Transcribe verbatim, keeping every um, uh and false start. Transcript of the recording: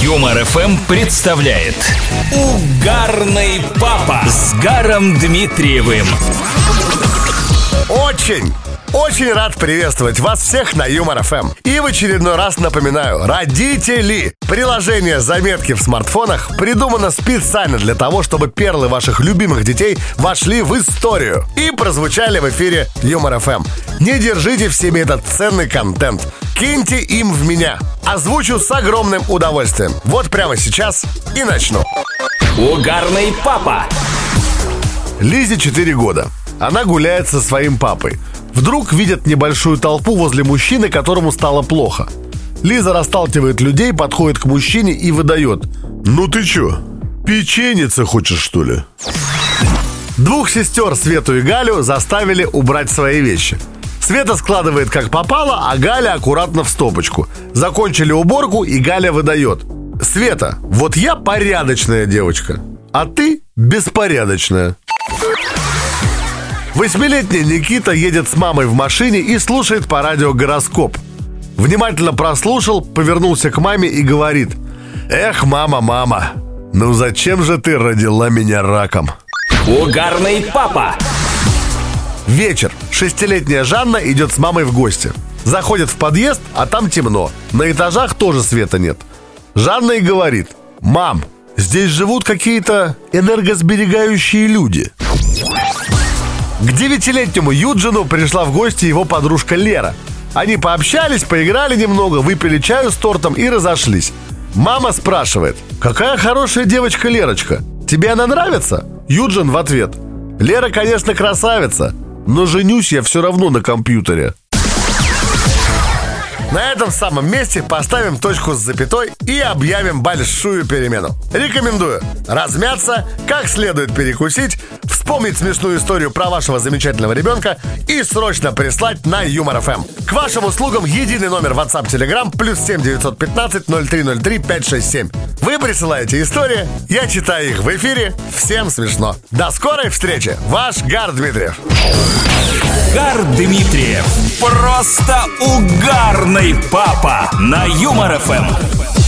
Юмор эф эм представляет Угарный папа с Гаром Дмитриевым. Очень, очень рад приветствовать вас всех на Юмор эф эм. И в очередной раз напоминаю, родители, приложение «Заметки» в смартфонах придумано специально для того, чтобы перлы ваших любимых детей вошли в историю и прозвучали в эфире Юмор эф эм. Не держите в себе этот ценный контент. Киньте им в меня. Озвучу с огромным удовольствием. Вот прямо сейчас и начну. Угарный папа. Лизе четыре года. Она гуляет со своим папой. Вдруг видит небольшую толпу возле мужчины, которому стало плохо. Лиза расталкивает людей, подходит к мужчине и выдает: «Ну ты чё, печеница хочешь, что ли?» Двух сестер, Свету и Галю, заставили убрать свои вещи. Света складывает как попало, а Галя аккуратно в стопочку. Закончили уборку, и Галя выдает: «Света, вот я порядочная девочка, а ты беспорядочная». Восьмилетний Никита едет с мамой в машине и слушает по радио гороскоп. Внимательно прослушал, повернулся к маме и говорит: «Эх, мама, мама, ну зачем же ты родила меня раком?» Угарный папа. Вечер. Шестилетняя Жанна идет с мамой в гости. Заходит в подъезд, а там темно. На этажах тоже света нет. Жанна и говорит: «Мам, здесь живут какие-то энергосберегающие люди». К девятилетнему Юджину пришла в гости его подружка Лера. Они пообщались, поиграли немного, выпили чаю с тортом и разошлись. Мама спрашивает: «Какая хорошая девочка Лерочка, тебе она нравится?» Юджин в ответ: «Лера, конечно, красавица, но женюсь я все равно на компьютере». На этом самом месте поставим точку с запятой и объявим большую перемену. Рекомендую размяться, как следует перекусить, вспомнить смешную историю про вашего замечательного ребенка и срочно прислать на Юмор эф эм. К вашим услугам единый номер WhatsApp Telegram плюс семь девятьсот пятнадцать ноль три ноль три пять шесть семь. Вы присылаете истории, я читаю их в эфире. Всем смешно. До скорой встречи. Ваш Гар Дмитриев. Гар Дмитриев. Просто угарный папа на Юмор эф эм.